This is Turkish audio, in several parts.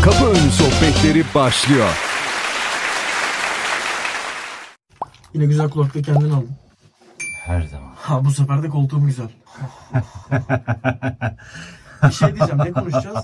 Kapı Önü Sohbetleri başlıyor. Yine güzel kulaklığı kendin aldın. Her zaman. Ha, bu sefer de koltuğum güzel. Bir şey diyeceğim, ne konuşacağız?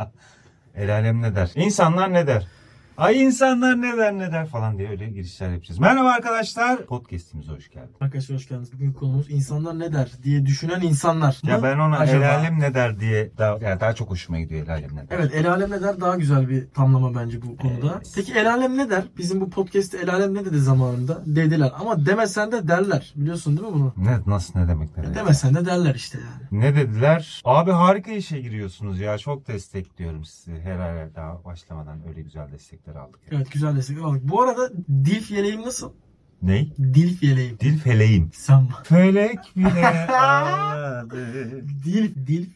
El alem ne der? İnsanlar ne der? Ay insanlar ne der falan diye öyle girişler yapacağız. Merhaba arkadaşlar. Podcast'imize hoş geldiniz. Arkadaşlar hoş geldiniz. Bugün konumuz insanlar ne der diye düşünen insanlar. Ya ben ona acaba? el alem ne der diye daha çok hoşuma gidiyor el alem ne der. Evet, el alem ne der daha güzel bir tamlama bence bu konuda. Evet. Peki el alem ne der? Bizim bu podcast'te el alem ne dedi zamanında? Dediler ama demesen de derler. Biliyorsun değil mi bunu? Nasıl ne demek? Demesen de derler işte yani. Ne dediler? Abi harika işe giriyorsunuz ya. Çok destekliyorum sizi. Herhalde daha başlamadan öyle güzel destekler aldık. Evet, güzel destekler aldık. Bu arada dilf yeleğim nasıl? Ney? Dilf yeleğim. Dil feleğim. Sen Felek bile ağladı. Dilf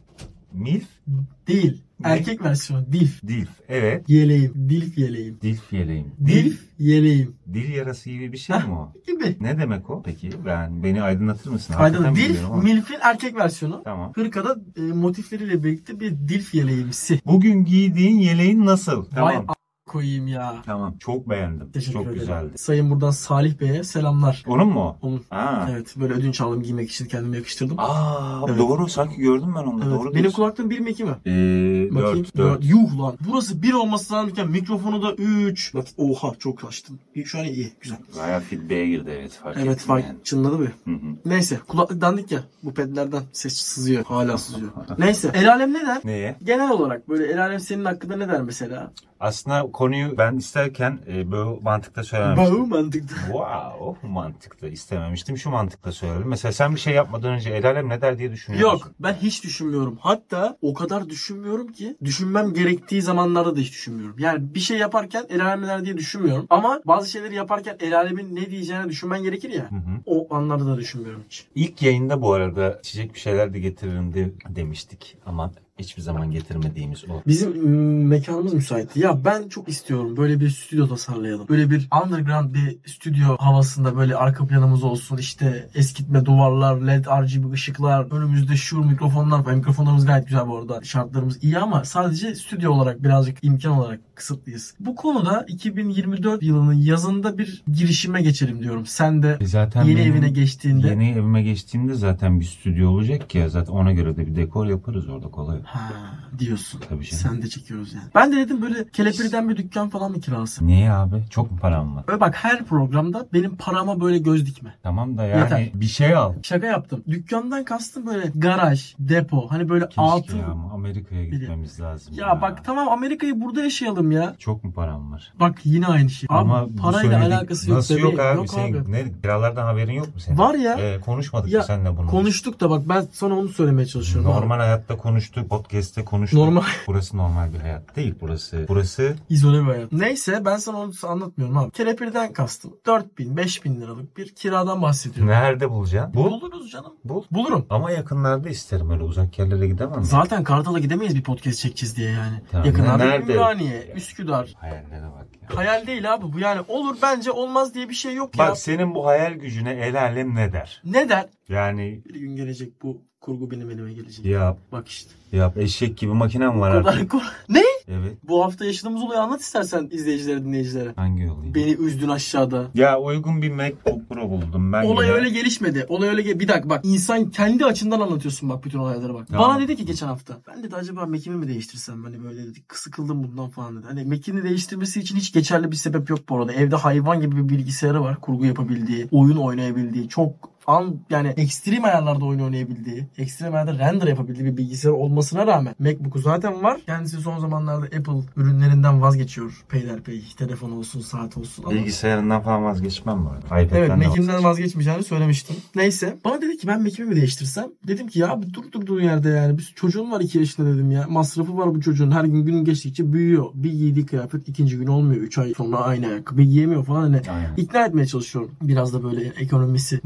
Milf? değil. Ne? Erkek versiyonu dilf. Dilf. Evet. Yeleğim. Dilf yeleğim. Dilf yeleğim. Dilf yeleğim. Dil yarası gibi bir şey mi o? Gibi. Ne demek o? Peki beni aydınlatır mısın? Aydın. Hakikaten Dilf, bilmiyorum ama. milfin erkek versiyonu. Tamam. Hırkada motifleriyle birlikte bir dilf yeleğimsi. Bugün giydiğin yeleğin nasıl? Vay Tamam. koyayım ya. Tamam. Çok beğendim. Teşekkür Çok ederim. güzeldi. Sayın buradan Salih Bey'e selamlar. Onun mu o? Onun. Ha. Evet, böyle ödünç aldım giymek için kendime yakıştırdım. Evet. Doğru. Sanki gördüm ben onu. Evet. Doğru Benim diyorsun. kulaklığım 1 mi 2 mi? Bakayım. 4. Yuh lan. Burası 1 olması lazımken mikrofonu da 3. Bak oha çok açtım. Şu an iyi. Güzel. Bayağı feedback'e girdi evet. Fark Evet ettim fark yani. çınladı bir. Hı hı. Neyse kulaklık dandik ya. Bu pedlerden ses sızıyor. Hala sızıyor. Neyse. El alem ne der? Neye? Genel olarak böyle el alem senin hakkında ne der mesela? Aslında konuyu ben isterken böyle mantıkta söylememiştim. Bağı mantıklı. Wow, mantıkta istememiştim. Şu mantıkta söyledim. Mesela sen bir şey yapmadan önce el alem ne der diye düşünüyor musun? Yok, ben hiç düşünmüyorum. Hatta o kadar düşünmüyorum ki düşünmem gerektiği zamanlarda da hiç düşünmüyorum. Yani bir şey yaparken el alem ne der diye düşünmüyorum. Ama bazı şeyleri yaparken el alemin ne diyeceğini düşünmen gerekir ya. Hı hı. O anlarda da düşünmüyorum hiç. İlk yayında bu arada içecek bir şeyler de getiririm demiştik ama hiçbir zaman getirmediğimiz o. Bizim mekanımız müsaitti. Ya ben çok istiyorum böyle bir stüdyo tasarlayalım. Böyle bir underground bir stüdyo havasında böyle arka planımız olsun. İşte eskitme duvarlar, LED RGB ışıklar, önümüzde şu mikrofonlar var. Mikrofonlarımız gayet güzel bu arada. Şartlarımız iyi ama sadece stüdyo olarak birazcık imkan olarak kısıtlıyız. Bu konuda 2024 yılının yazında bir girişime geçelim diyorum. Sen de Zaten yeni evine geçtiğinde. Yeni evime geçtiğimde zaten bir stüdyo olacak ya. Zaten ona göre de bir dekor yaparız orada kolay. Ha diyorsun. Tabii canım. Sen de çekiyoruz yani. Ben de dedim böyle kelepirden bir dükkan falan mı kiralsın? Niye abi? Çok mu param var? Böyle bak her programda benim parama böyle göz dikme. Tamam da yani Yeter. bir şey al. Şaka yaptım. Dükkandan kastım böyle garaj, depo. Hani böyle Keşke altın. ya ama Amerika'ya gitmemiz lazım. Ya bak tamam Amerika'yı burada yaşayalım ya. Çok mu param var? Bak yine aynı şey. Abi Ama bu parayla söyledik- alakası yok. Nasıl bebeğim. yok abi? Yok Senin abi. ne kiralardan haberin yok mu senin? Var ya. Konuşmadık Ya, mı seninle bunu? Konuştuk da bak ben sana onu söylemeye çalışıyorum. Normal hayatta konuştuk, podcast'te konuştuk. Normal. Burası normal bir hayat değil burası. İzole bir hayat. Neyse ben sana onu anlatmıyorum abi. Kelepirden kastım. 4.000-5.000 liralık bir kiradan bahsediyorum. Nerede bulacaksın? Buluruz canım. Bulurum. Ama yakınlarda isterim, öyle uzak yerlere gidemem. Zaten Kartal'a gidemeyiz bir podcast çekeceğiz diye yani. Tamam. Yakınlarda Nerede? Ümraniye, Üsküdar. Hayallere bak ya. Hayal değil abi bu yani olur bence olmaz diye bir şey yok ya. Bak senin bu hayal gücüne el alem ne der? Ne der? Yani Bir gün gelecek bu kurgu benim elime gelecek. yap Bak işte. eşek gibi makinem var O kadar artık. Ne? Evet. Bu hafta yaşadığımız olayı anlat istersen izleyicilere, dinleyicilere. Hangi yolu? Beni üzdün aşağıda. Ya uygun bir MacBook Pro buldum ben. Olay yine. öyle gelişmedi. Bir dakika bak insan kendi açından anlatıyorsun bak bütün olaylara bak. Ya. Bana dedi ki geçen hafta. Ben dedi acaba Mac'imi mi değiştirsem hani böyle dedik sıkıldım bundan falan dedi. Hani Mac'ini değiştirmesi için hiç geçerli bir sebep yok bu arada. Evde hayvan gibi bir bilgisayarı var. Kurgu yapabildiği, oyun oynayabildiği, çok yani ekstrem ayarlarda oyun oynayabildiği, ekstrem ayarda render yapabildiği bir bilgisayar olmasına rağmen MacBook'u zaten var. Kendisi son zamanlarda Apple ürünlerinden vazgeçiyor. Peyderpey, telefon olsun, saat olsun. Ama Bilgisayarından falan vazgeçmem bu arada. iPad'den evet, de Mac'imden vazgeçmem. vazgeçmeyeceğini söylemiştim. Neyse. Bana dedi ki ben Mac'imi mi değiştirsem? Dedim ki ya abi dur durduğun yerde yani. Bir çocuğun var 2 yaşında dedim ya. Masrafı var bu çocuğun. Her gün geçtikçe büyüyor. Bir giydiği kıyafet ikinci gün olmuyor. 3 ay sonra aynı ayakkabı giyemiyor falan. Hani Aynen. ikna etmeye çalışıyorum. Biraz da böyle ekonomisini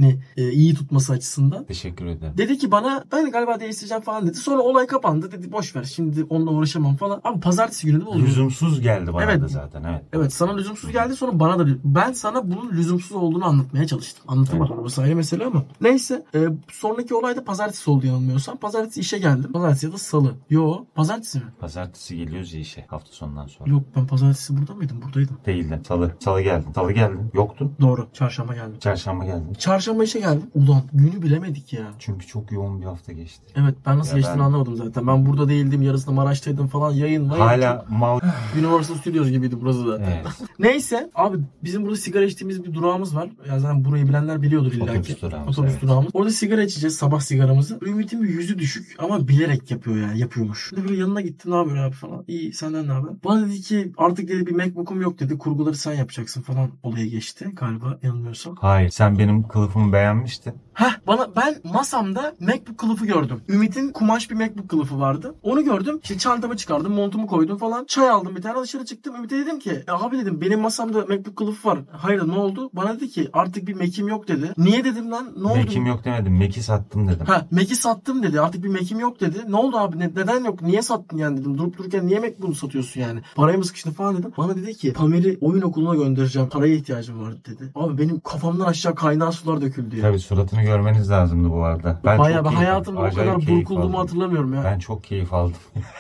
iyi tutması açısından. Teşekkür ederim. Dedi ki bana ben galiba değiştireceğim falan dedi. Sonra olay kapandı. Dedi boş ver şimdi onunla uğraşamam falan. Ama pazartesi günü de oldu. Lüzumsuz geldi bana Evet. da zaten. Evet. Evet sana lüzumsuz geldi, sonra bana da ben sana bunun lüzumsuz olduğunu anlatmaya çalıştım. Anlatamadım. Evet. Bu ayrı mesele ama. Neyse sonraki olay da pazartesi oldu yanılmıyorsam. Pazartesi işe geldim. Pazartesi ya da salı. Yo pazartesi mi? Pazartesi geliyoruz ya işe hafta sonundan sonra. Yok ben pazartesi burada mıydım? Buradaydım. Değildin. Salı geldin. Salı geldin. Yoktun. Doğru. Çarşamba geldim. Çarşamba geldin. Çarşamba işe geldim. Ulan günü bilemedik ya. Çünkü çok yoğun bir hafta geçti. Evet ben nasıl Ya geçtiğini ben- anlamadım zaten. Ben burada değildim. Yarısında Maraş'taydım falan. Yayın var. Hala mal... Universal Studios gibiydi burası zaten. Evet. Neyse abi bizim burada sigara içtiğimiz bir durağımız var. Yani zaten burayı bilenler biliyordur illa ki. Otobüs durağımız, Otobüs evet. durağımız. Orada sigara içeceğiz sabah sigaramızı. Ümit'in bir yüzü düşük ama bilerek yapıyor yani yapıyormuş. Böyle yanına gittim, ne haber abi falan. İyi senden ne haber? Bana dedi ki artık dedi bir MacBook'um yok dedi. Kurguları sen yapacaksın falan olaya geçti galiba yanılmıyorsam. Hayır. Sen benim kılıfımı beğenmiştin. Ben masamda MacBook kılıfı gördüm. Ümit'in kumaş bir MacBook kılıfı vardı. Onu gördüm. İşte çantamı çıkardım, montumu koydum falan. Çay aldım bir tane, dışarı çıktım. Ümit'e dedim ki abi dedim benim masamda MacBook kılıfı var. Hayır ne oldu? Bana dedi ki artık bir Mac'im yok dedi. Niye dedim lan? Ne oldu? Mac'im yok demedim. Mac'i sattım dedim. Mac'i sattım dedi. Artık bir Mac'im yok dedi. Ne oldu abi? Neden yok? Niye sattın yani dedim. Durup dururken niye Mac bunu satıyorsun yani? Parayı mı sıkıştı falan dedim. Bana dedi ki Pamir'i oyun okuluna göndereceğim. Paraya ihtiyacım var dedi. Abi benim kafamdan aşağı kaynağı sular döküldü ya. Tabii suratını görmeniz lazımdı bu arada. Ben Bayağı ben keyif aldım. hayatımda o Acayip kadar keyif burkulduğumu aldım. hatırlamıyorum ya. Ben çok keyif aldım.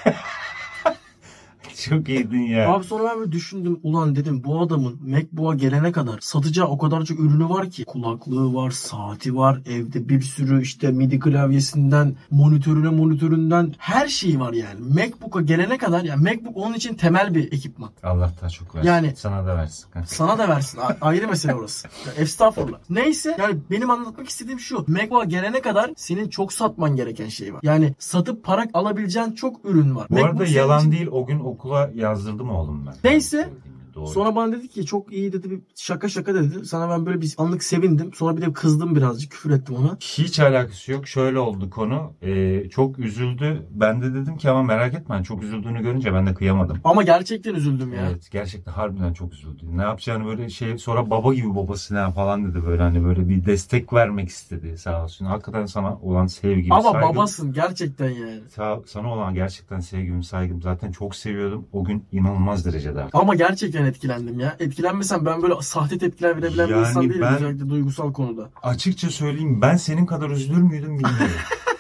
Çok iyiydin ya. Abi sonra ben böyle düşündüm. Ulan dedim bu adamın MacBook'a gelene kadar satacağı o kadar çok ürünü var ki. Kulaklığı var, saati var, evde bir sürü işte MIDI klavyesinden, monitöründen her şeyi var yani. MacBook'a gelene kadar yani MacBook onun için temel bir ekipman. Allah daha çok versin. Yani- Sana da versin. Sana da versin. Ayrı mesele orası. Ya, estağfurullah. Neyse yani benim anlatmak istediğim şu. MacBook'a gelene kadar senin çok satman gereken şey var. Yani satıp para alabileceğin çok ürün var. Bu MacBook arada senin yalan için- değil, o gün okula yazdırdım oğlum ben. Neyse. Doğru. Sonra bana dedi ki çok iyi dedi, bir şaka dedi. Sana ben böyle bir anlık sevindim. Sonra bir de kızdım birazcık, küfür ettim ona. Hiç alakası yok. Şöyle oldu konu. Çok üzüldü. Ben de dedim ki ama merak etme. Çok üzüldüğünü görünce ben de kıyamadım. Ama gerçekten üzüldüm ya. Evet, gerçekten harbiden çok üzüldü. Ne yapacağını böyle sonra baba gibi babasına falan dedi, böyle hani böyle bir destek vermek istedi sağ olsun. Hakikaten sana olan sevgim, Ama saygım. babasın gerçekten yani. Sana olan gerçekten sevgim, saygım. Zaten çok seviyordum. O gün inanılmaz derecede. Ama gerçekten etkilendim ya. Etkilenmesem ben böyle sahte tepkiler verebilen bir Yani insan değilim. ben- Özellikle duygusal konuda. Açıkça söyleyeyim, ben senin kadar üzülür müydüm bilmiyorum.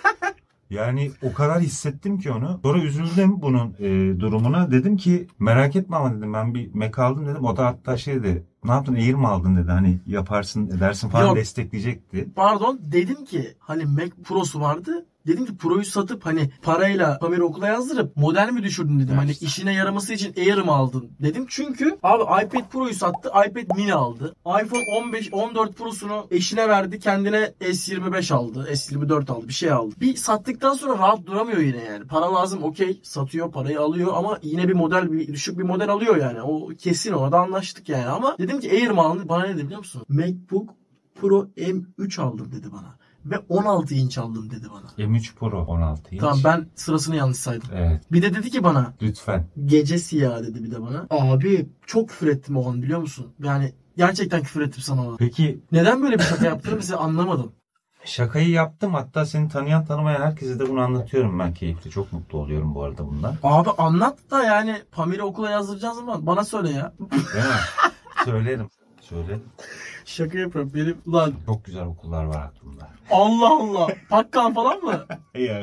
Yani o kadar hissettim ki onu. Sonra üzüldüm bunun durumuna. Dedim ki merak etme ama dedim, ben bir Mac aldım dedim. O da hatta şey dedi. Ne yaptın, Air mi aldın dedi. Hani yaparsın edersin falan, Yok. destekleyecekti. Pardon, dedim ki hani Mac Pro'su vardı. Dedim ki Pro'yu satıp hani parayla Pamir'i okula yazdırıp model mi düşürdün dedim. Ya Hani işte. işine yaraması için Air mi aldın dedim. Çünkü abi iPad Pro'yu sattı. iPad mini aldı. iPhone 15, 14 Pro'sunu eşine verdi. Kendine S25 aldı. S24 aldı. Bir şey aldı. Bir sattıktan sonra rahat duramıyor yine yani. Para lazım, okey. Satıyor, parayı alıyor ama yine bir model, bir düşük bir model alıyor yani. O kesin, orada anlaştık yani. Ama dedim ki Air mi aldın? Bana ne dedi biliyor musun? MacBook Pro M3 aldım dedi bana. Ve 16 inç aldım dedi bana. M3 Pro 16 inç. Tamam, ben sırasını yanlış saydım. Evet, Bir de dedi ki bana lütfen. gece siyahı dedi bir de bana. Abi çok küfür ettim o an biliyor musun? Yani gerçekten küfür ettim sana ona. Peki Neden böyle bir şaka yaptığını mesela anlamadım. şakayı yaptım. Hatta seni tanıyan tanımayan herkese de bunu anlatıyorum ben keyifli. Çok mutlu oluyorum bu arada bundan. Abi anlat da yani Pamir'i okula yazdıracağız zaman bana söyle ya. Değil mi? Söylerim. Söylerim. Şaka yapıyorum benim. Ulan Çok güzel okullar var aklımda. Allah Allah. Pakkan falan mı? Yok.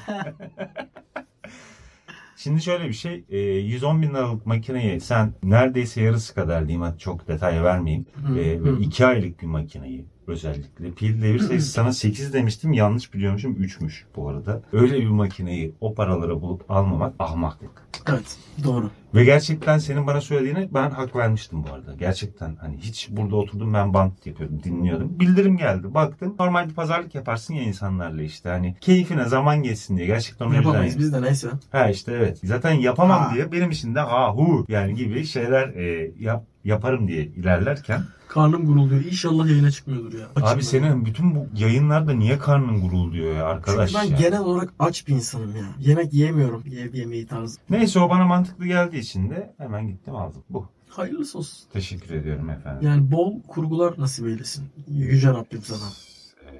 Şimdi şöyle bir şey. 110 bin liralık makineyi sen neredeyse yarısı kadar diyeyim, hadi çok detay vermeyeyim. Ve 2 aylık bir makineyi özellikle. Pil devir sayısı sana 8 demiştim. Yanlış biliyormuşum. 3'müş bu arada. Öyle bir makineyi o paralara bulup almamak ahmaklık. Evet, doğru. Ve gerçekten senin bana söylediğine ben hak vermiştim bu arada. Gerçekten hani hiç burada oturdum ben bant yapıyordum, dinliyordum. Bildirim geldi, baktım. Normal bir pazarlık yaparsın ya insanlarla işte, hani keyfine zaman geçsin diye. Gerçekten o yüzden. Yapamayız biz de, neyse. Ha işte evet. Zaten yapamam Ha. diye benim için de yani gibi şeyler yaparım diye ilerlerken. Karnım gurulduyor. İnşallah yayına çıkmıyordur ya. Açım Abi ben. senin bütün bu yayınlarda niye karnın gurulduyor ya arkadaş Çünkü ben ya? genel olarak aç bir insanım ya. Yemek yiyemiyorum. Yemeği tarzı. Neyse, o bana mantıklı geldiği için de hemen gittim aldım. Bu. Hayırlısı olsun. Teşekkür ediyorum efendim. Yani bol kurgular nasip eylesin. Yüce Rabbim sana.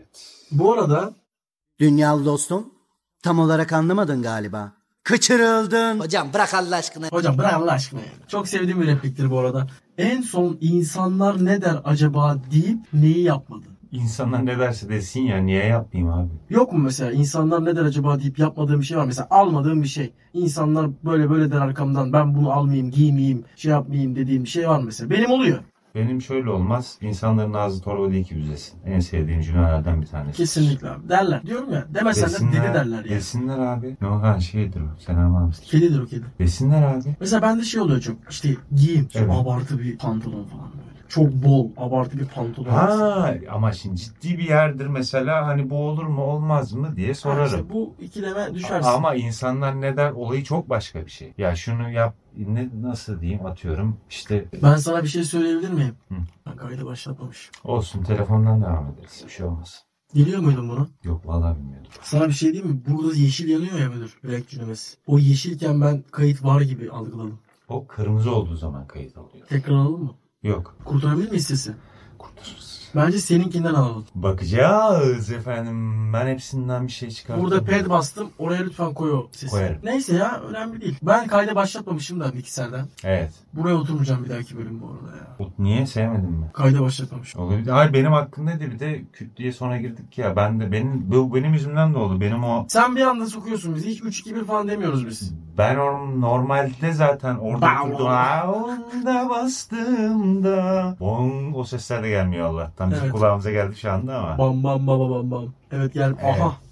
Bu arada Dünyalı dostum, tam olarak anlamadın galiba. Kaçırıldın. Hocam bırak Allah aşkına. hocam bırak Allah aşkına ya. Çok sevdiğim bir repliktir bu arada. En son insanlar ne der acaba deyip neyi yapmadı? İnsanlar ne derse desin ya, niye yapmayayım abi? Yok mu mesela insanlar ne der acaba deyip yapmadığım bir şey var. Mesela almadığım bir şey. İnsanlar böyle böyle der arkamdan, ben bunu almayayım, giymeyeyim, şey yapmayayım dediğim bir şey var mesela. Benim oluyor. Benim şöyle olmaz. İnsanların ağzı torba değil ki büzesin. En sevdiğim cümlelerden bir tanesi. Kesinlikle abi. Derler. Diyorum ya. Demesen de deli derler ya. Desinler abi. No, ha şeydir o. Selam abi. Kedidir o kedi. Desinler abi. Mesela bende şey oluyor çok. İşte giyim. Çok Evet. abartı bir pantolon falan böyle. Çok bol, abartı bir pantolon. Ha ama şimdi ciddi bir yerdir mesela, hani bu olur mu olmaz mı diye sorarım. İşte bu ikileme düşersin. Ama insanlar ne der olayı çok başka bir şey. Ya şunu yap, nasıl diyeyim, atıyorum işte Ben sana bir şey söyleyebilir miyim? Hı. Ben kaydı başlatmamışım. olsun, telefondan devam ederiz. Bir şey olmaz. Biliyor muydun bunu? Yok vallahi bilmiyordum. Sana bir şey diyeyim mi? Burada yeşil yanıyor ya müdür. Renk cümlesi. O yeşilken ben kayıt var gibi algıladım. O kırmızı olduğu zaman kayıt alıyor. Tekrar alalım mı? Yok. Kurtarabilir miyiz sesi? Kurtarırız. Bence seninkinden alalım. Bakacağız efendim. Ben hepsinden bir şey çıkarttım. Burada pad bastım. Oraya lütfen koy o sesi. Koyarım. Neyse ya, önemli değil. Ben kayda başlatmamışım da mikserden. Evet. Buraya oturmayacağım bir dahaki bölüm bu arada ya. Niye, sevmedin mi? Kayda başlatmamışım. Olabilir. Hayır, benim hakkındaydı, bir de küt diye sonra girdik ya. Benim yüzümden de oldu. Benim o Sen bir anda sokuyorsun bizi. Hiç 3-2-1 falan demiyoruz biz. ben normalde zaten orada da bastığımda o sesler de gelmiyor Allah'tan. Bizim Evet. kulağımıza geldi şu anda ama. Bam bam bam bam bam. Evet gel. Evet. Aha.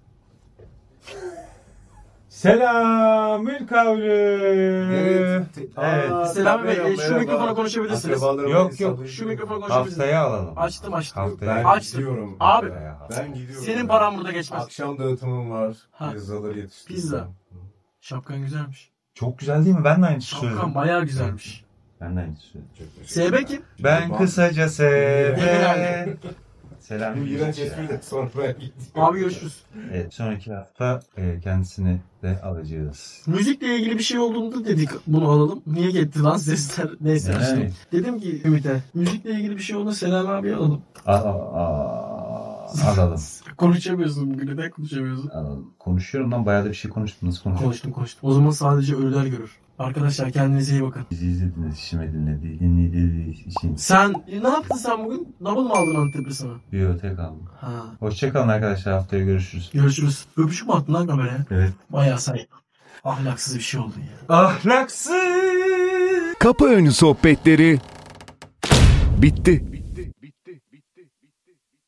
Selamül kavlü. Evet. Selami Bey şu mikrofona konuşabilirsiniz. Yok. Şu mikrofona konuşabilirsiniz. Haftaya alalım. Açtım. Haftaya. Ben Açtım. gidiyorum. Abi Ben gidiyorum. senin paran burada geçmez. Akşam dağıtımım var. Ha. Pizzaları yetiştirdim. Pizza. Şapkan güzelmiş. Çok güzel değil mi? Ben de aynı şey Şapkan söyledim. bayağı güzelmiş. Ben de aynı şey söyledim. Çok teşekkür ederim. SB kim? Ben kısaca Selam. Selam. Bu iğrenç espriyle sonra ben gittim. Abi görüşürüz. Evet, sonraki hafta kendisini de alacağız. Müzikle ilgili bir şey olduğunda dedik bunu alalım. Niye gitti lan sesler? Neyse Yani. işte. Dedim ki Ümit'e müzikle ilgili bir şey olduğunda Selam abi alalım. Alalım. Konuşamıyorsun bugün. Neden konuşamıyorsun? Alalım. Konuşuyorum lan, bayağı da bir şey konuştum. Nasıl konuşuyorum? Konuştum. O zaman sadece ölüler görür. Arkadaşlar kendinize iyi bakın. Bizi izlediniz, işime dinlediğiniz için. Sen ne yaptın sen bugün? Double mı aldın Antep'li sana? Bir öte kaldım. Ha. Hoşçakalın arkadaşlar, haftaya görüşürüz. Görüşürüz. Öpüşük mü attın lan kameraya? Evet. Bayağı say. Ahlaksız bir şey oldu ya. Ahlaksız. Kapı önü sohbetleri bitti.